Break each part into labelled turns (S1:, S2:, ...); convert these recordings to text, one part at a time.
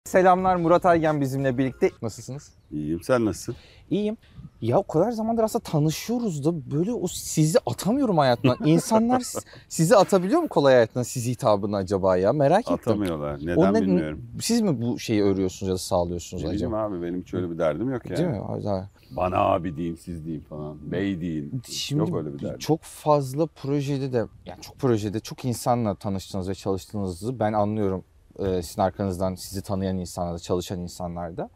S1: Selamlar, Murat Aygen bizimle birlikte. Nasılsınız?
S2: İyiyim, sen nasılsın?
S1: İyiyim. Ya o kadar zamandır aslında tanışıyoruz da böyle o sizi atamıyorum hayatımdan. İnsanlar sizi atabiliyor mu kolay hayatından, sizi hitabını acaba ya? Merak ettim.
S2: Atamıyorlar. Neden bilmiyorum.
S1: Siz mi bu şeyi örüyorsunuz ya da sağlıyorsunuz
S2: Ne bileyim
S1: acaba?
S2: abi, benim hiç öyle bir derdim yok yani.
S1: Değil mi? Acaba.
S2: Bana abi deyin, siz deyin falan. Bey deyin.
S1: Şimdi
S2: Yok öyle bir derdim.
S1: çok fazla projede de, yani çok projede çok insanla tanıştığınız ve çalıştığınızı ben anlıyorum. Sizin arkanızdan sizi tanıyan insanlarda, çalışan insanlarda.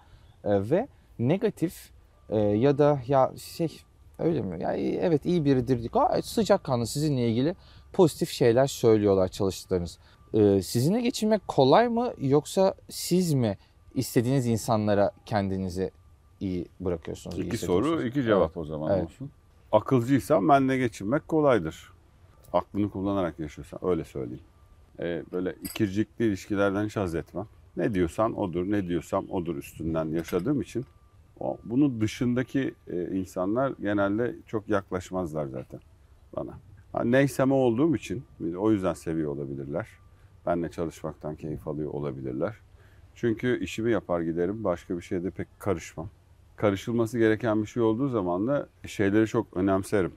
S1: Ve negatif ya da ya öyle mi? Ya evet iyi biridir. Gayet sıcakkanlı sizinle ilgili pozitif şeyler söylüyorlar çalıştıklarınız. Sizinle geçinmek kolay mı yoksa siz mi istediğiniz insanlara kendinizi iyi bırakıyorsunuz?
S2: İki soru, iki cevap o zaman
S1: Evet.
S2: olsun. Akılcıysan benle geçinmek kolaydır. Aklını kullanarak yaşıyorsan, öyle söyleyeyim. Böyle ikircikli ilişkilerden hiç haz etmem. Ne diyorsan odur, ne diyorsam odur üstünden yaşadığım için. Bunun dışındaki insanlar genelde çok yaklaşmazlar zaten bana. Neysem o olduğum için o yüzden seviyor olabilirler. Benimle çalışmaktan keyif alıyor olabilirler. Çünkü işimi yapar giderim, başka bir şeye de pek karışmam. Karışılması gereken bir şey olduğu zaman da şeyleri çok önemserim.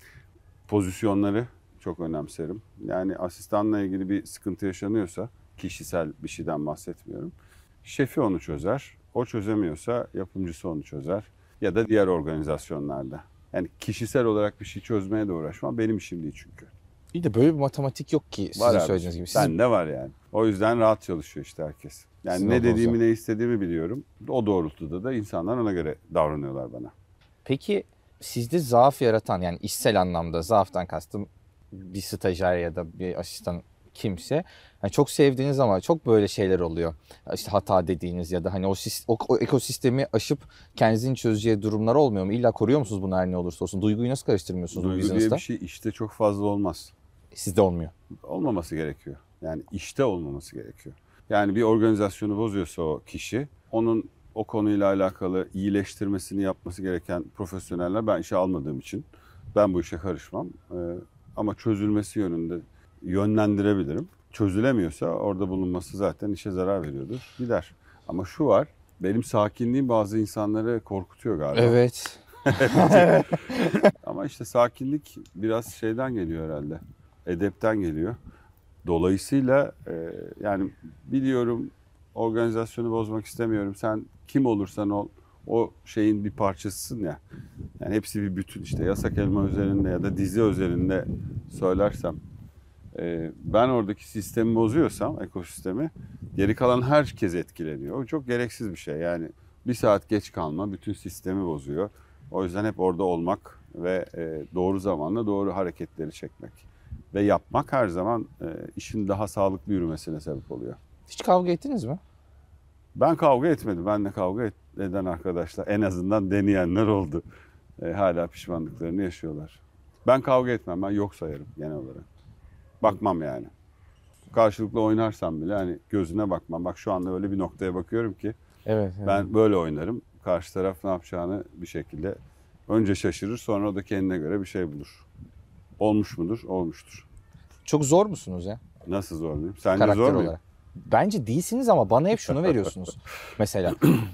S2: Pozisyonları çok önemserim. Yani asistanla ilgili bir sıkıntı yaşanıyorsa, kişisel bir şeyden bahsetmiyorum. Şefi onu çözer. O çözemiyorsa yapımcısı onu çözer. Ya da diğer organizasyonlarda. Yani kişisel olarak bir şey çözmeye de uğraşmam benim işim değil çünkü.
S1: İyi de böyle bir matematik yok ki sizin
S2: Var
S1: söylediğiniz
S2: abi.
S1: gibi. Siz,
S2: Bende var yani. O yüzden rahat çalışıyor işte herkes. Yani
S1: Sizin
S2: ne
S1: olduğunuzda.
S2: dediğimi ne istediğimi biliyorum. O doğrultuda da insanlar ona göre davranıyorlar bana.
S1: Peki sizde zaaf yaratan, yani işsel anlamda zaaftan kastım bir stajyer ya da bir asistan kimse, yani çok sevdiğiniz ama çok böyle şeyler oluyor. İşte hata dediğiniz ya da hani o ekosistemi aşıp kendinizin çözeceği durumlar olmuyor mu? İlla koruyor musunuz bunu her ne olursa olsun? Duyguyu nasıl karıştırmıyorsunuz bu
S2: Duygu diye
S1: business'ta?
S2: bir şey işte çok fazla olmaz.
S1: Sizde olmuyor.
S2: Olmaması gerekiyor. Yani işte olmaması gerekiyor. Yani bir organizasyonu bozuyorsa o kişi, onun o konuyla alakalı iyileştirmesini yapması gereken profesyoneller ben işe almadığım için ben bu işe karışmam. Ama çözülmesi yönünde yönlendirebilirim. Çözülemiyorsa orada bulunması zaten işe zarar veriyordur. Gider. Ama şu var, benim sakinliğim bazı insanları korkutuyor galiba.
S1: Evet.
S2: Ama işte sakinlik biraz şeyden geliyor herhalde. Edepten geliyor. Dolayısıyla yani biliyorum organizasyonu bozmak istemiyorum. Sen kim olursan ol o şeyin bir parçasısın ya. Yani hepsi bir bütün işte Yasak Elma üzerinde ya da dizi özelinde söylersem. Ben oradaki sistemi bozuyorsam, ekosistemi, geri kalan herkes etkileniyor. O çok gereksiz bir şey. Yani bir saat geç kalma bütün sistemi bozuyor. O yüzden hep orada olmak ve doğru zamanda doğru hareketleri çekmek ve yapmak her zaman işin daha sağlıklı yürümesine sebep oluyor.
S1: Hiç kavga ettiniz mi?
S2: Ben kavga etmedim. Benle kavga eden arkadaşlar, en azından deneyenler oldu. Hala pişmanlıklarını yaşıyorlar. Ben kavga etmem. Ben yok sayarım genel olarak. Bakmam yani. Karşılıklı oynarsam bile hani gözüne bakmam. Bak şu anda öyle bir noktaya bakıyorum ki
S1: Evet.
S2: ben böyle oynarım. Karşı taraf ne yapacağını bir şekilde önce şaşırır, sonra o da kendine göre bir şey bulur. Olmuş mudur? Olmuştur.
S1: Çok zor musunuz ya?
S2: Nasıl zor muyum? Sence
S1: Karakter
S2: zor muyum?
S1: olarak. Bence değilsiniz ama bana hep şunu veriyorsunuz. Mesela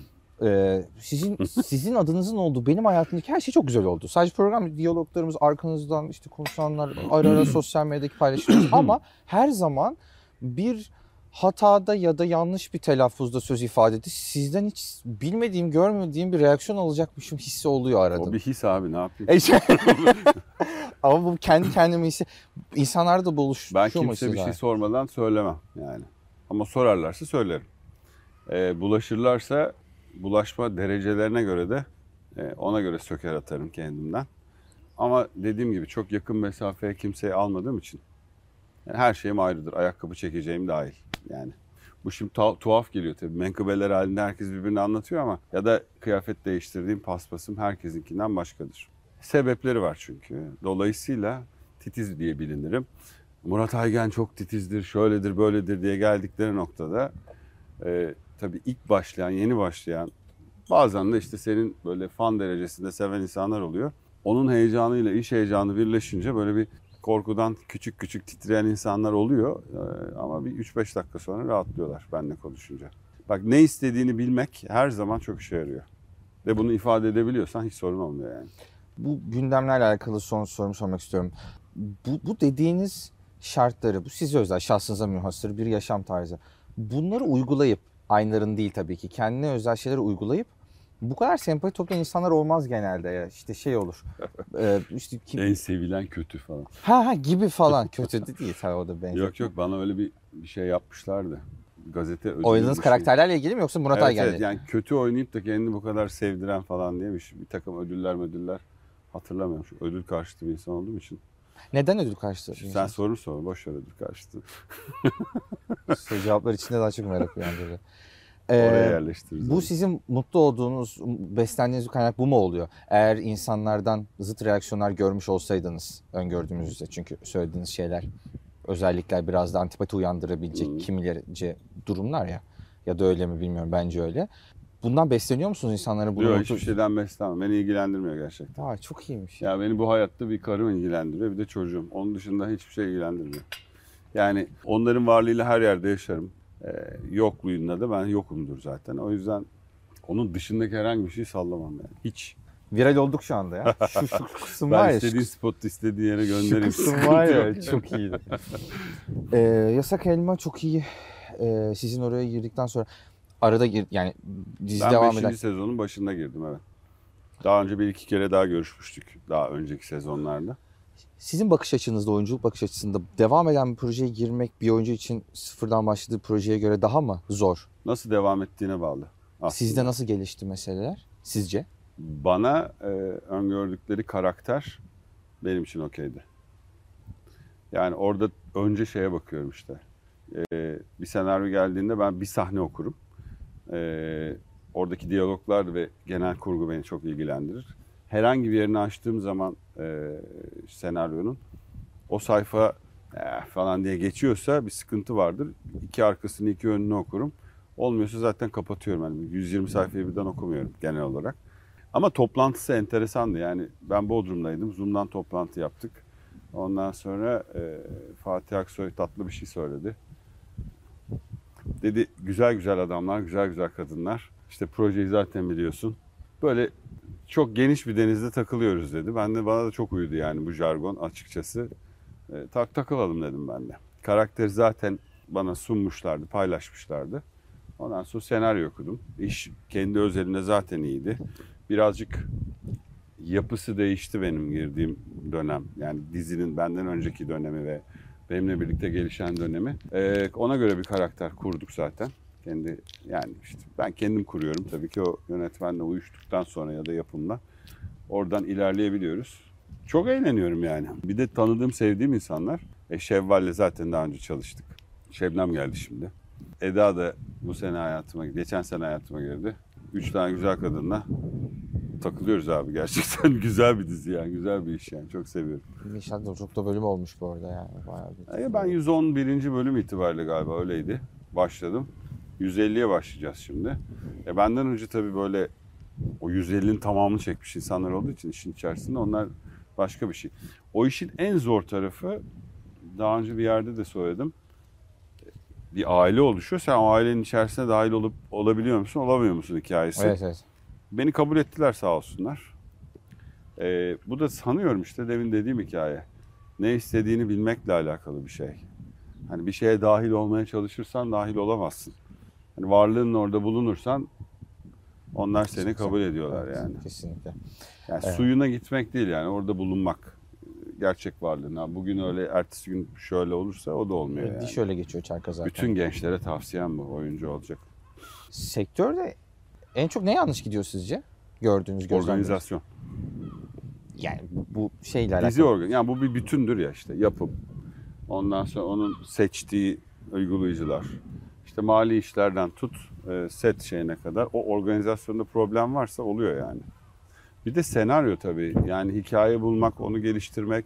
S1: sizin adınızın olduğu benim hayatımdaki her şey çok güzel oldu. Sadece program diyaloglarımız, arkanızdan işte konuşanlar, ara ara sosyal medyadaki paylaşımlar ama her zaman bir hatada ya da yanlış bir telaffuzda söz ifade etti. Sizden hiç bilmediğim, görmediğim bir reaksiyon alacakmışım hissi oluyor arada.
S2: O bir his abi, ne yapayım?
S1: Ama bu kendi kendime hissi. İnsanlar da buluşuyor
S2: Ben kimse bir şey sormadan söylemem yani. Ama sorarlarsa söylerim. Bulaşırlarsa bulaşma derecelerine göre de ona göre söker atarım kendimden. Ama dediğim gibi çok yakın mesafeye kimseyi almadığım için yani her şeyim ayrıdır. Ayakkabı çekeceğim dahil yani. Bu şimdi tuhaf geliyor tabii. Menkıbeler halinde herkes birbirini anlatıyor ama ya da kıyafet değiştirdiğim paspasım herkesinkinden başkadır. Sebepleri var çünkü. Dolayısıyla titiz diye bilinirim. Murat Aygen çok titizdir, şöyledir, böyledir diye geldikleri noktada tabii ilk başlayan, yeni başlayan, bazen de işte senin böyle fan derecesinde seven insanlar oluyor. Onun heyecanıyla iş heyecanı birleşince böyle bir korkudan küçük küçük titreyen insanlar oluyor. Ama bir 3-5 dakika sonra rahatlıyorlar benimle konuşunca. Bak, ne istediğini bilmek her zaman çok işe yarıyor. Ve bunu ifade edebiliyorsan hiç sorun olmuyor yani.
S1: Bu gündemlerle alakalı son sorumu sormak istiyorum. Bu dediğiniz şartları, bu size özel, şahsınıza münhasır bir yaşam tarzı. Bunları uygulayıp, aynıların değil tabii ki, kendine özel şeyleri uygulayıp bu kadar sempati toplayan insanlar olmaz genelde ya. İşte şey olur. İşte
S2: En sevilen kötü falan.
S1: ha gibi falan. Kötü de değil tabii, o da benzer.
S2: Yok bana öyle bir şey yapmışlardı. Gazete ödülü
S1: Oynadığınız
S2: bir şey.
S1: karakterlerle ilgili mi yoksa Murat
S2: Evet,
S1: Aygen'le?
S2: evet, yani kötü oynayıp da kendini bu kadar sevdiren falan diye bir takım ödüller hatırlamıyorum. Şu ödül karşıtı bir insan olduğum için.
S1: Neden ödül karşıtı?
S2: Sen soru sor, boş ver ödül karşıtı.
S1: Soru cevaplar içinde daha çok merak uyandırdı.
S2: Oraya yerleştiririz.
S1: Bu
S2: onu.
S1: sizin mutlu olduğunuz, beslendiğiniz bir kaynak bu mu oluyor? Eğer insanlardan zıt reaksiyonlar görmüş olsaydınız, öngördüğünüzde, çünkü söylediğiniz şeyler, özellikler biraz da antipati uyandırabilecek kimilerce durumlar ya. Ya da öyle mi bilmiyorum, bence öyle. Bundan besleniyor musunuz insanları? Bunu
S2: Yok, hiçbir şeyden beslenmem. Beni ilgilendirmiyor gerçekten.
S1: Aa, çok iyiymiş.
S2: Ya beni bu hayatta bir karım ilgilendiriyor, bir de çocuğum. Onun dışında hiçbir şey ilgilendirmiyor. Yani onların varlığıyla her yerde yaşarım. Yokluğunda da ben yokumdur zaten. O yüzden onun dışındaki herhangi bir şey sallamam yani. Hiç.
S1: Viral olduk şu anda ya. Şu kısım var
S2: Ben
S1: ya.
S2: istediğin spotta istediğin yere
S1: Şu
S2: göndereyim.
S1: kısım var ya, çok iyiydi. Yasak Elma çok iyi. Sizin oraya girdikten sonra arada yani dizi
S2: Ben
S1: devam
S2: 5.
S1: eder.
S2: sezonun başında girdim, evet. Daha önce bir iki kere daha görüşmüştük daha önceki sezonlarda.
S1: Sizin bakış açınızda, oyunculuk bakış açısında devam eden bir projeye girmek bir oyuncu için sıfırdan başladığı projeye göre daha mı zor?
S2: Nasıl devam ettiğine bağlı aslında.
S1: Sizde nasıl gelişti meseleler sizce?
S2: Bana öngördükleri karakter benim için okeydi. Yani orada önce şeye bakıyorum işte. Bir senaryo geldiğinde ben bir sahne okurum. Oradaki diyaloglar ve genel kurgu beni çok ilgilendirir. Herhangi bir yerini açtığım zaman senaryonun o sayfa falan diye geçiyorsa bir sıkıntı vardır. İki arkasını iki önünü okurum. Olmuyorsa zaten kapatıyorum. Yani 120 sayfayı birden okumuyorum genel olarak. Ama toplantısı enteresandı. Yani ben Bodrum'daydım. Zoom'dan toplantı yaptık. Ondan sonra Fatih Aksoy tatlı bir şey söyledi. Dedi güzel güzel adamlar, güzel güzel kadınlar. İşte projeyi zaten biliyorsun. Böyle çok geniş bir denizde takılıyoruz dedi. Bana da çok uydu yani bu jargon açıkçası. Takılalım dedim ben de. Karakteri zaten bana sunmuşlardı, paylaşmışlardı. Ondan sonra senaryo okudum. İş kendi özelinde zaten iyiydi. Birazcık yapısı değişti benim girdiğim dönem. Yani dizinin benden önceki dönemi ve benimle birlikte gelişen dönemi. Ona göre bir karakter kurduk zaten. Yani işte ben kendim kuruyorum. Tabii ki o yönetmenle uyuştuktan sonra ya da yapımla oradan ilerleyebiliyoruz. Çok eğleniyorum yani. Bir de tanıdığım, sevdiğim insanlar. Şevval'le zaten daha önce çalıştık. Şebnem geldi şimdi. Eda da bu sene geçen sene hayatıma girdi. 3 tane güzel kadınla takılıyoruz abi. Gerçekten güzel bir dizi yani. Güzel bir iş yani. Çok seviyorum.
S1: İnşallah çok da bölüm olmuş bu arada yani. Bayağı bir.
S2: Ben 111. bölüm itibariyle galiba öyleydi. Başladım. 150'ye başlayacağız şimdi. Benden önce tabii böyle o 150'nin tamamını çekmiş insanlar olduğu için işin içerisinde onlar başka bir şey. O işin en zor tarafı, daha önce bir yerde de söyledim. Bir aile oluşuyor. Sen o ailenin içerisine dahil olabiliyor musun, olamıyor musun hikayesi.
S1: Evet.
S2: Beni kabul ettiler sağ olsunlar. Bu da sanıyorum işte demin dediğim hikaye. Ne istediğini bilmekle alakalı bir şey. Hani bir şeye dahil olmaya çalışırsan dahil olamazsın. Hani varlığının orada bulunursan onlar seni kabul ediyorlar
S1: Evet,
S2: yani.
S1: Kesinlikle.
S2: Yani
S1: Evet.
S2: suyuna gitmek değil yani orada bulunmak. Gerçek varlığına. Bugün öyle, ertesi gün şöyle olursa o da olmuyor yani.
S1: Diş öyle geçiyor çarka zaten.
S2: Bütün gençlere tavsiyem bu, oyuncu olacak.
S1: Sektörde en çok ne yanlış gidiyor sizce? Gördüğünüz, gözlemlediğiniz.
S2: Organizasyon.
S1: Yani bu şeyle alakalı.
S2: Dizi yani bu bir bütündür ya işte yapım. Ondan sonra onun seçtiği uygulayıcılar. İşte mali işlerden tut set şeyine kadar. O organizasyonda problem varsa oluyor yani. Bir de senaryo tabii. Yani hikaye bulmak, onu geliştirmek,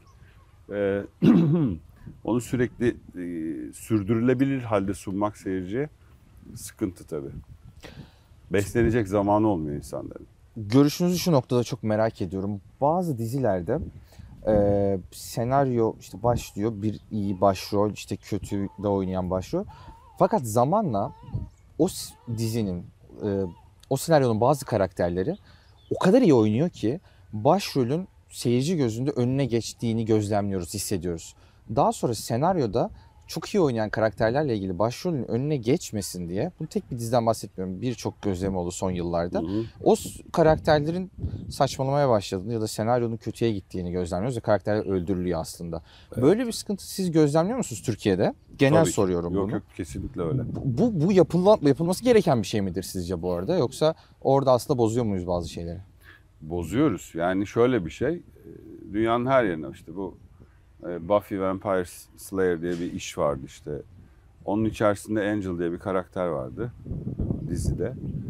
S2: onu sürekli sürdürülebilir halde sunmak seyirciye sıkıntı tabii. Beslenecek zamanı olmuyor insanların.
S1: Görüşünüzü şu noktada çok merak ediyorum. Bazı dizilerde senaryo işte başlıyor, bir iyi başrol, işte kötü de oynayan başrol. Fakat zamanla dizinin, o senaryonun bazı karakterleri o kadar iyi oynuyor ki başrolün seyirci gözünde önüne geçtiğini gözlemliyoruz, hissediyoruz. Daha sonra senaryoda çok iyi oynayan karakterlerle ilgili başrolün önüne geçmesin diye, bunu tek bir diziden bahsetmiyorum, birçok gözlemi oldu son yıllarda. Karakterlerin saçmalamaya başladığını ya da senaryonun kötüye gittiğini gözlemliyoruz ve karakterler öldürülüyor aslında. Evet. Böyle bir sıkıntı siz gözlemliyor musunuz Türkiye'de? Genel
S2: Tabii ki.
S1: soruyorum
S2: Yok,
S1: bunu.
S2: Yok, kesinlikle öyle.
S1: Bu yapılması gereken bir şey midir sizce bu arada? Yoksa orada aslında bozuyor muyuz bazı şeyleri?
S2: Bozuyoruz. Yani şöyle bir şey. Dünyanın her yerine işte bu Buffy Vampire Slayer diye bir iş vardı işte. Onun içerisinde Angel diye bir karakter vardı dizide.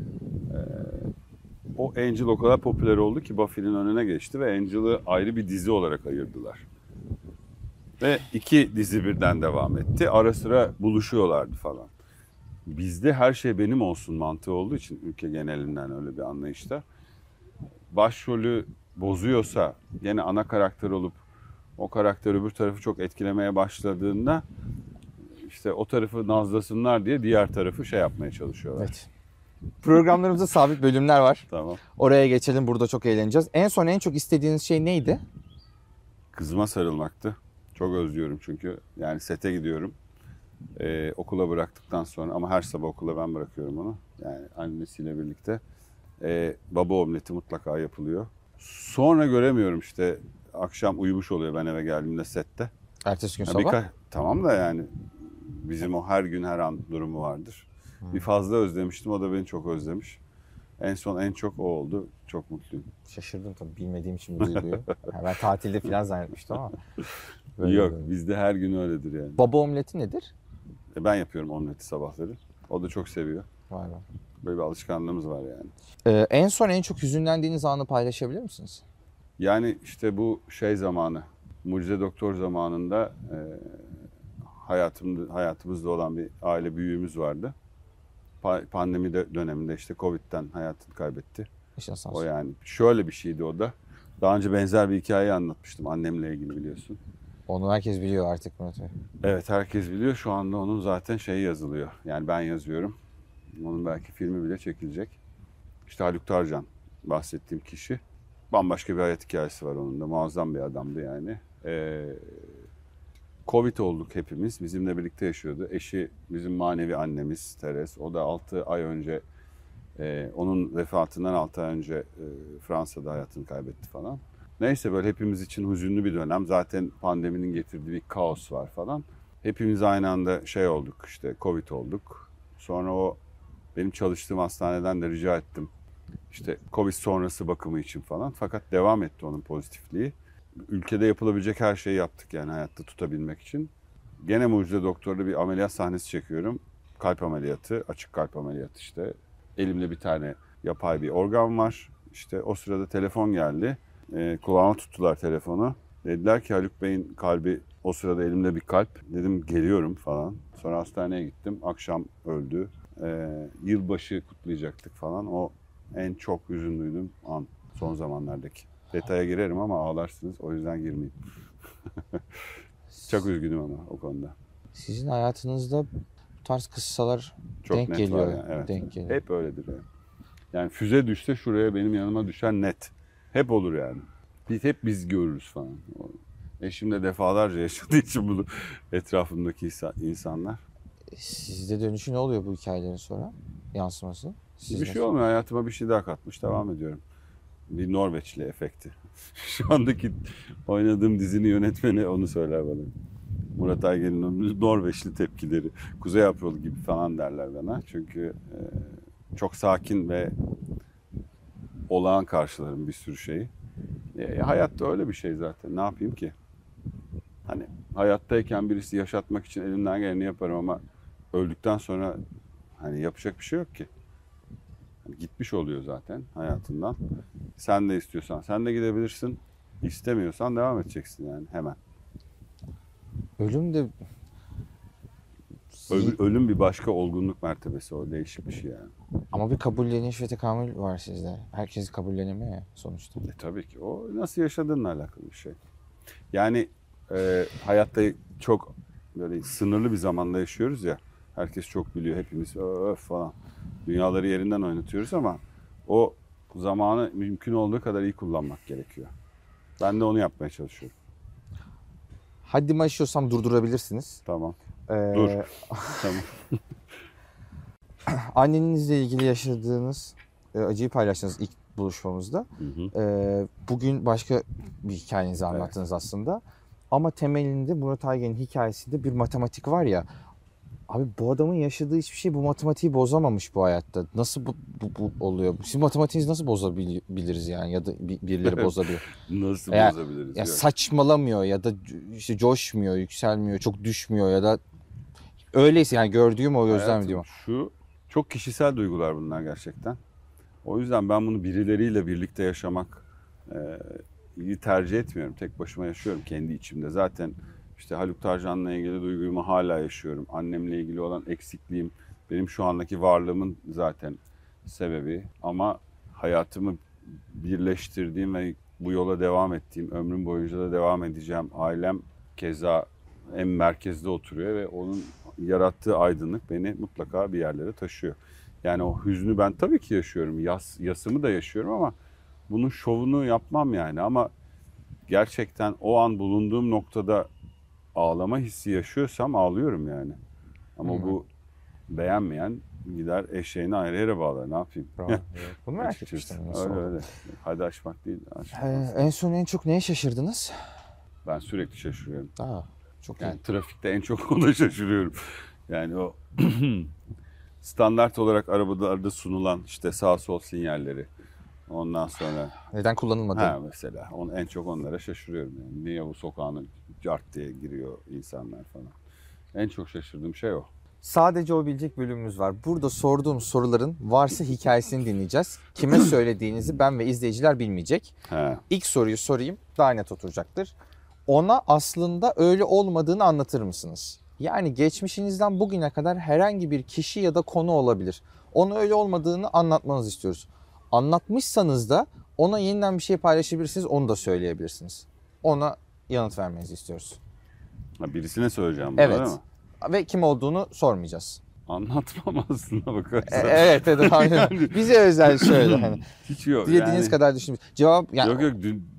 S2: O Angel o kadar popüler oldu ki Buffy'nin önüne geçti ve Angel'ı ayrı bir dizi olarak ayırdılar. Ve 2 dizi birden devam etti. Ara sıra buluşuyorlardı falan. Bizde her şey benim olsun mantığı olduğu için ülke genelinden öyle bir anlayışta. Başrolü bozuyorsa gene ana karakter olup o karakter öbür tarafı çok etkilemeye başladığında işte o tarafı nazlasınlar diye diğer tarafı şey yapmaya çalışıyorlar.
S1: Evet. Programlarımızda sabit bölümler var.
S2: Tamam.
S1: Oraya geçelim. Burada çok eğleneceğiz. En çok istediğiniz şey neydi?
S2: Kızıma sarılmaktı. Çok özlüyorum çünkü. Yani sete gidiyorum. Okula bıraktıktan sonra ama her sabah okula ben bırakıyorum onu. Yani annesiyle birlikte. Baba omleti mutlaka yapılıyor. Sonra göremiyorum işte. Akşam uyumuş oluyor ben eve geldiğimde sette.
S1: Ertesi gün sabah?
S2: Tamam da yani bizim o her gün her an durumu vardır. Bir fazla özlemiştim, o da beni çok özlemiş. En çok o oldu. Çok mutluyum.
S1: Şaşırdım tabii, bilmediğim için bu duyguyu. Ben tatilde falan zannetmiştim ama.
S2: Yok, bizde her gün öyledir yani.
S1: Baba omleti nedir?
S2: Ben yapıyorum omleti sabahları. O da çok seviyor.
S1: Vay be.
S2: Böyle bir alışkanlığımız var yani.
S1: En çok hüzünlendiğiniz anı paylaşabilir misiniz?
S2: Yani işte bu şey zamanı, Mucize Doktor zamanında hayatımızda olan bir aile büyüğümüz vardı. Pandemi döneminde işte Covid'den hayatını kaybetti. O yani şöyle bir şeydi o da. Daha önce benzer bir hikayeyi anlatmıştım annemle ilgili, biliyorsun.
S1: Onu herkes biliyor artık Murat Bey.
S2: Evet, herkes biliyor. Şu anda onun zaten şeyi yazılıyor. Yani ben yazıyorum. Onun belki filmi bile çekilecek. İşte Haluk Tarcan bahsettiğim kişi. Bambaşka bir hayat hikayesi var onun da. Muazzam bir adamdı yani. Covid olduk hepimiz. Bizimle birlikte yaşıyordu. Eşi bizim manevi annemiz Teres. O da 6 ay önce, onun vefatından 6 ay önce Fransa'da hayatını kaybetti falan. Neyse, böyle hepimiz için hüzünlü bir dönem. Zaten pandeminin getirdiği bir kaos var falan. Hepimiz aynı anda şey olduk, işte Covid olduk. Sonra o benim çalıştığım hastaneden de rica ettim. İşte Covid sonrası bakımı için falan. Fakat devam etti onun pozitifliği. Ülkede yapılabilecek her şeyi yaptık yani hayatta tutabilmek için. Gene Mucize Doktor'da bir ameliyat sahnesi çekiyorum. Kalp ameliyatı, açık kalp ameliyatı işte. Elimde bir tane yapay bir organ var. İşte o sırada telefon geldi. Kulağıma tuttular telefonu. Dediler ki Haluk Bey'in kalbi, o sırada elimde bir kalp. Dedim geliyorum falan. Sonra hastaneye gittim. Akşam öldü. Yılbaşı kutlayacaktık falan. O en çok üzüldüğüm an son zamanlardaki. Detaya girerim ama ağlarsınız. O yüzden girmeyeyim. Çok üzgünüm ama o konuda.
S1: Sizin hayatınızda bu tarz kıssalar
S2: çok
S1: denk
S2: net
S1: geliyor.
S2: Var yani. Evet.
S1: Denk geliyor.
S2: Hep öyledir yani. Yani füze düşse şuraya benim yanıma düşen net. Hep olur yani. Biz görürüz falan. Eşim de defalarca yaşadığı için bunu etrafımdaki insanlar.
S1: Sizde dönüşü ne oluyor bu hikayelerin sonra? Yansıması?
S2: Bir şey olmuyor. Hayatıma bir şey daha katmış. Devam ediyorum. Bir Norveçli efekti. Şu andaki oynadığım dizinin yönetmeni onu söyler bana. Murat Aygel'in Norveçli tepkileri. Kuzey Afrikalı gibi falan derler bana. Çünkü çok sakin ve olağan karşılarım bir sürü şeyi. Hayatta öyle bir şey zaten. Ne yapayım ki? Hani hayattayken birisi yaşatmak için elimden geleni yaparım ama öldükten sonra hani yapacak bir şey yok ki. Hani gitmiş oluyor zaten hayatından. Sen de istiyorsan sen de gidebilirsin. İstemiyorsan devam edeceksin yani hemen.
S1: Ölüm de...
S2: Ölüm bir başka olgunluk mertebesi, o değişik bir şey yani.
S1: Ama bir kabulleniş ve tekamül var sizde. Herkes kabullenemiyor ya sonuçta.
S2: Tabii ki. O nasıl yaşadığınla alakalı bir şey. Yani hayatta çok böyle sınırlı bir zamanda yaşıyoruz ya. Herkes çok biliyor. Hepimiz öf falan. Dünyaları yerinden oynatıyoruz ama o zamanı mümkün olduğu kadar iyi kullanmak gerekiyor. Ben de onu yapmaya çalışıyorum.
S1: Haddimi aşıyorsam durdurabilirsiniz.
S2: Tamam.
S1: Ee,
S2: Dur. Tamam.
S1: Annenizle ilgili yaşadığınız acıyı paylaştığınız ilk buluşmamızda.
S2: Hı hı.
S1: Bugün başka bir hikayenizi anlattınız aslında. Ama temelinde Murat Aygen'in hikayesinde bir matematik var ya. Abi bu adamın yaşadığı hiçbir şey bu matematiği bozamamış bu hayatta. Nasıl bu oluyor? Siz matematiğinizi nasıl bozabiliriz yani ya da birileri bozabilir.
S2: Nasıl
S1: Ya-
S2: bozabiliriz?
S1: Ya
S2: Yok.
S1: saçmalamıyor ya da işte coşmuyor, yükselmiyor, çok düşmüyor ya da öyleyse yani gördüğüm o gözlemlediğim.
S2: Hayatım, şu çok kişisel duygular bunlar gerçekten. O yüzden ben bunu birileriyle birlikte yaşamak iyi tercih etmiyorum. Tek başıma yaşıyorum kendi içimde. Zaten işte Haluk Tarcan'la ilgili duygumu hala yaşıyorum. Annemle ilgili olan eksikliğim benim şu andaki varlığımın zaten sebebi. Ama hayatımı birleştirdiğim ve bu yola devam ettiğim, ömrüm boyunca da devam edeceğim ailem keza en merkezde oturuyor ve onun yarattığı aydınlık beni mutlaka bir yerlere taşıyor. Yani o hüznü ben tabii ki yaşıyorum. Yasımı da yaşıyorum ama bunun şovunu yapmam yani. Ama gerçekten o an bulunduğum noktada ağlama hissi yaşıyorsam ağlıyorum yani. Ama bu beğenmeyen gider eşeğini ayrı yere bağlar. Ne yapayım?
S1: Bravo. Bunu merak
S2: Açıkçası.
S1: etmiştim. Nasıl
S2: Öyle
S1: oldu?
S2: öyle. Hadi açmak değil. Açmak.
S1: En son en çok neye şaşırdınız?
S2: Ben sürekli şaşırıyorum.
S1: Çok
S2: Yani
S1: iyi.
S2: trafikte en çok ona şaşırıyorum. Yani o standart olarak arabalarda sunulan işte sağ sol sinyalleri. Ondan sonra
S1: Neden kullanılmadı?
S2: mesela en çok onlara şaşırıyorum. Yani niye bu sokağına cart diye giriyor insanlar falan. En çok şaşırdığım şey o.
S1: Sadece o bilecek bölümümüz var. Burada sorduğum soruların varsa hikayesini dinleyeceğiz. Kime söylediğinizi ben ve izleyiciler bilmeyecek.
S2: He.
S1: İlk soruyu sorayım, daha net oturacaktır. Ona aslında öyle olmadığını anlatır mısınız? Yani geçmişinizden bugüne kadar herhangi bir kişi ya da konu olabilir. Ona öyle olmadığını anlatmanızı istiyoruz. Anlatmışsanız da ona yeniden bir şey paylaşabilirsiniz, onu da söyleyebilirsiniz. Ona yanıt vermenizi istiyoruz.
S2: Ha, birisine söyleyeceğim bunu
S1: Evet.
S2: değil mi?
S1: Ve kim olduğunu sormayacağız.
S2: Anlatmam aslında bakarsan.
S1: Evet, aynen. Bize özel şöyle hani.
S2: Hiç yok.
S1: Dilediğiniz
S2: Yani,
S1: kadar düşünün. Cevap yani
S2: yok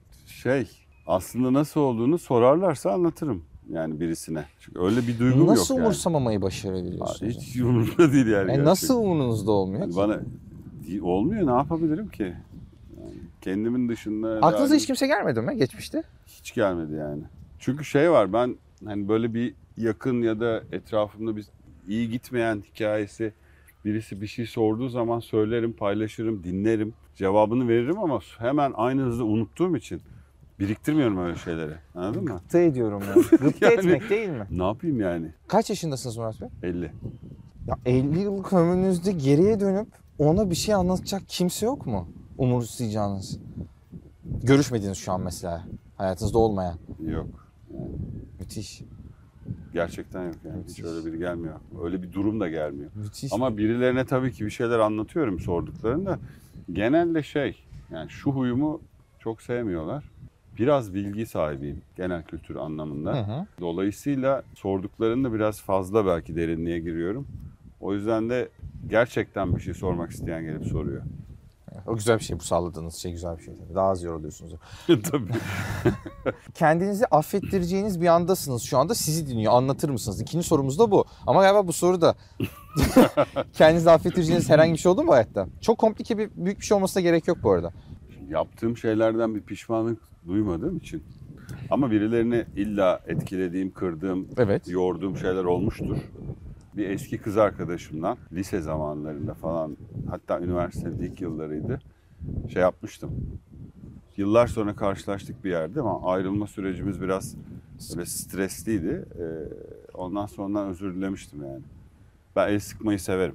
S2: aslında nasıl olduğunu sorarlarsa anlatırım yani birisine. Çünkü öyle bir duygum yok
S1: nasıl
S2: yani.
S1: umursamamayı başarabiliyorsunuz?
S2: Hiç umurumda değil yani. gerçekten.
S1: Nasıl umurunuzda olmuyor
S2: Yani
S1: ki?
S2: bana olmuyor, ne yapabilirim ki? Yani kendimin dışında
S1: Aklınıza hiç kimse gelmedi mi geçmişte?
S2: hiç gelmedi yani. Çünkü şey var, ben hani böyle bir yakın ya da etrafımda bir iyi gitmeyen hikayesi birisi bir şey sorduğu zaman söylerim, paylaşırım, dinlerim, cevabını veririm ama hemen aynı hızda unuttuğum için biriktirmiyorum öyle şeyleri. Anladın mı?
S1: Gıpta ediyorum ya. Gıpta
S2: Yani-
S1: etmek değil mi?
S2: Ne yapayım yani?
S1: Kaç yaşındasınız Murat Bey?
S2: 50.
S1: Ya 50 yıllık ömrünüzde geriye dönüp ona bir şey anlatacak kimse yok mu? Umursayacağınız. Görüşmediğiniz şu an mesela. Hayatınızda olmayan.
S2: Yok.
S1: Müthiş.
S2: Gerçekten yok yani. Hiç öyle biri gelmiyor. Öyle bir durum da gelmiyor.
S1: Müthiş.
S2: Ama birilerine tabii ki bir şeyler anlatıyorum sorduklarında. Genelde yani şu huyumu çok sevmiyorlar. Biraz bilgi sahibiyim genel kültür anlamında.
S1: Hı hı.
S2: Dolayısıyla sorduklarında biraz fazla belki derinliğe giriyorum. O yüzden de gerçekten bir şey sormak isteyen gelip soruyor.
S1: O güzel bir şey, bu sağladığınız şey güzel bir şey. Daha az yoruluyorsunuz.
S2: Tabii.
S1: Kendinizi affettireceğiniz bir andasınız. Şu anda sizi dinliyor. Anlatır mısınız? İkinci sorumuz da bu. Ama galiba bu soru da kendinizi affettireceğiniz herhangi bir şey oldu mu hayatta? Çok komplike büyük bir şey olmasına gerek yok bu arada.
S2: Yaptığım şeylerden bir pişmanlık duymadığım için. Ama birilerini illa etkilediğim, kırdığım,
S1: Evet.
S2: yorduğum şeyler olmuştur. Bir eski kız arkadaşımdan lise zamanlarında falan, hatta üniversitenin ilk yıllarıydı, şey yapmıştım. Yıllar sonra karşılaştık bir yerde ama ayrılma sürecimiz biraz böyle stresliydi. Ondan sonra özür dilemiştim yani. Ben el sıkmayı severim.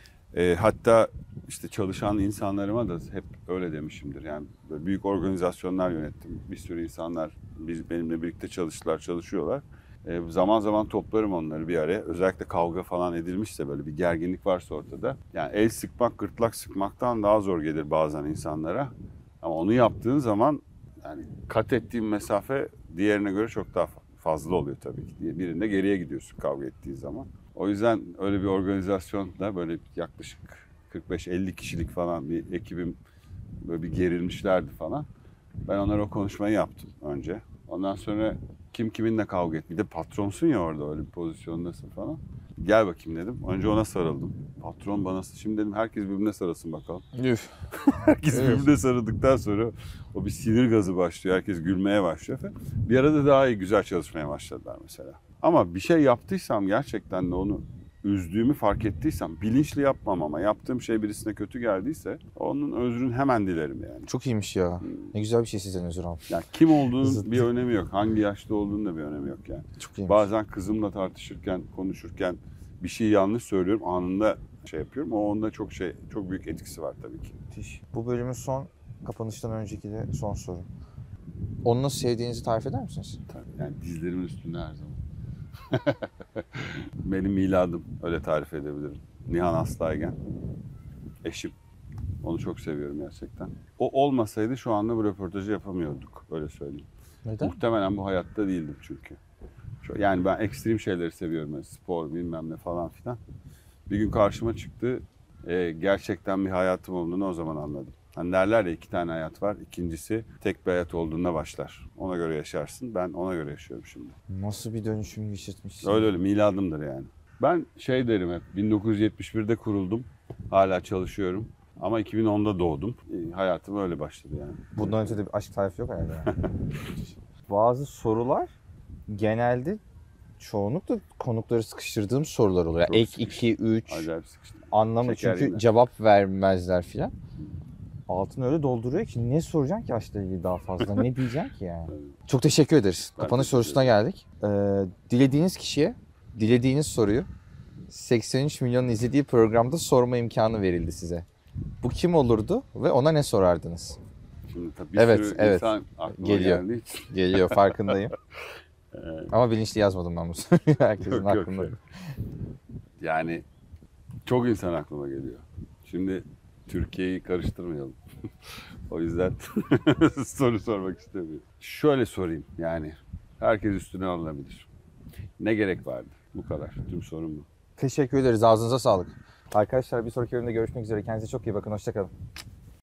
S2: Hatta işte çalışan insanlarıma da hep öyle demişimdir. Yani böyle büyük organizasyonlar yönettim. Bir sürü insanlar benimle birlikte çalışıyorlar. Zaman zaman toplarım onları bir araya. Özellikle kavga falan edilmişse, böyle bir gerginlik varsa ortada. Yani el sıkmak, gırtlak sıkmaktan daha zor gelir bazen insanlara. Ama onu yaptığın zaman yani kat ettiğin mesafe diğerine göre çok daha fazla oluyor tabii ki. Birinde geriye gidiyorsun kavga ettiğin zaman. O yüzden öyle bir organizasyonda böyle yaklaşık 45-50 kişilik falan bir ekibim böyle bir gerilmişlerdi falan. Ben onlara o konuşmayı yaptım önce. Ondan sonra kim kiminle kavga et. Bir de patronsun ya orada öyle bir pozisyondasın falan. Gel bakayım dedim. Önce ona sarıldım. Patron bana şimdi dedim herkes birbirine sarılsın bakalım.
S1: Üf.
S2: Herkes birbirine sarıldıktan sonra o bir sinir gazı başlıyor. Herkes gülmeye başlıyor falan. Bir arada daha iyi güzel çalışmaya başladılar mesela. Ama bir şey yaptıysam gerçekten de onu üzdüğümü fark ettiysem bilinçli yapmam ama yaptığım şey birisine kötü geldiyse onun özrünü hemen dilerim yani.
S1: Çok iyiymiş ya. Ne güzel bir şey sizden özür almak.
S2: Yani kim olduğunun
S1: Zıt.
S2: bir önemi yok. Hangi yaşta olduğunun da bir önemi yok yani.
S1: Çok iyiymiş.
S2: Bazen kızımla tartışırken, konuşurken bir şeyi yanlış söylüyorum. Anında şey yapıyorum. O onda çok büyük etkisi var tabii ki.
S1: Müthiş. Bu bölümün kapanıştan önceki de son soru. Onu nasıl sevdiğinizi tarif eder misiniz?
S2: Tabii yani dizlerimin üstünde her zaman. Benim miladım öyle tarif edebilirim. Nihan Aslıaygen. Eşim. Onu çok seviyorum gerçekten. O olmasaydı şu anda bu röportajı yapamıyorduk. Öyle söyleyeyim.
S1: Neden?
S2: Muhtemelen bu hayatta değildim çünkü. Yani ben ekstrem şeyleri seviyorum. Yani spor bilmem ne falan filan. Bir gün karşıma çıktı. Gerçekten bir hayatım olduğunu o zaman anladım. Hani derler ya 2 tane hayat var. İkincisi tek bir hayat olduğunda başlar. Ona göre yaşarsın. Ben ona göre yaşıyorum şimdi.
S1: Nasıl bir dönüşüm geçirtmişsin?
S2: Öyle miladımdır yani. Ben şey derim hep 1971'de kuruldum. Hala çalışıyorum. Ama 2010'da doğdum. Hayatım öyle başladı yani.
S1: Bundan önce de bir aşk tarifi yok herhalde. Yani. Bazı sorular genelde çoğunlukla konukları sıkıştırdığım sorular oluyor.
S2: Çok
S1: Ek
S2: sıkıştım.
S1: 2, 3
S2: Acayip sıkıştım.
S1: anlamı
S2: Şeker
S1: çünkü
S2: yine.
S1: cevap vermezler filan. Altını öyle dolduruyor ki ne soracaksın ki aşkla ilgili daha fazla? Ne diyeceksin ki yani? Çok teşekkür ederiz.
S2: Ben
S1: Kapanış
S2: teşekkür
S1: sorusuna geldik. Dilediğiniz kişiye dilediğiniz soruyu 83 milyonun izlediği programda sorma imkanı verildi size. Bu kim olurdu ve ona ne sorardınız?
S2: Şimdi tabii bir
S1: Evet,
S2: sürü
S1: evet.
S2: insan aklıma
S1: Geliyor.
S2: geldiği için.
S1: Geliyor farkındayım. Ama bilinçli yazmadım ben bu soruyu. Herkesin
S2: Yok,
S1: aklında.
S2: yok. Yani çok insan aklıma geliyor. Şimdi Türkiye'yi karıştırmayalım. O yüzden soru sormak istemiyorum. Şöyle sorayım yani. Herkes üstüne alınabilir. Ne gerek vardı? Bu kadar. Tüm sorun bu.
S1: Teşekkür ederiz. Ağzınıza sağlık. Arkadaşlar bir sonraki bölümde görüşmek üzere. Kendinize çok iyi bakın. Hoşça kalın.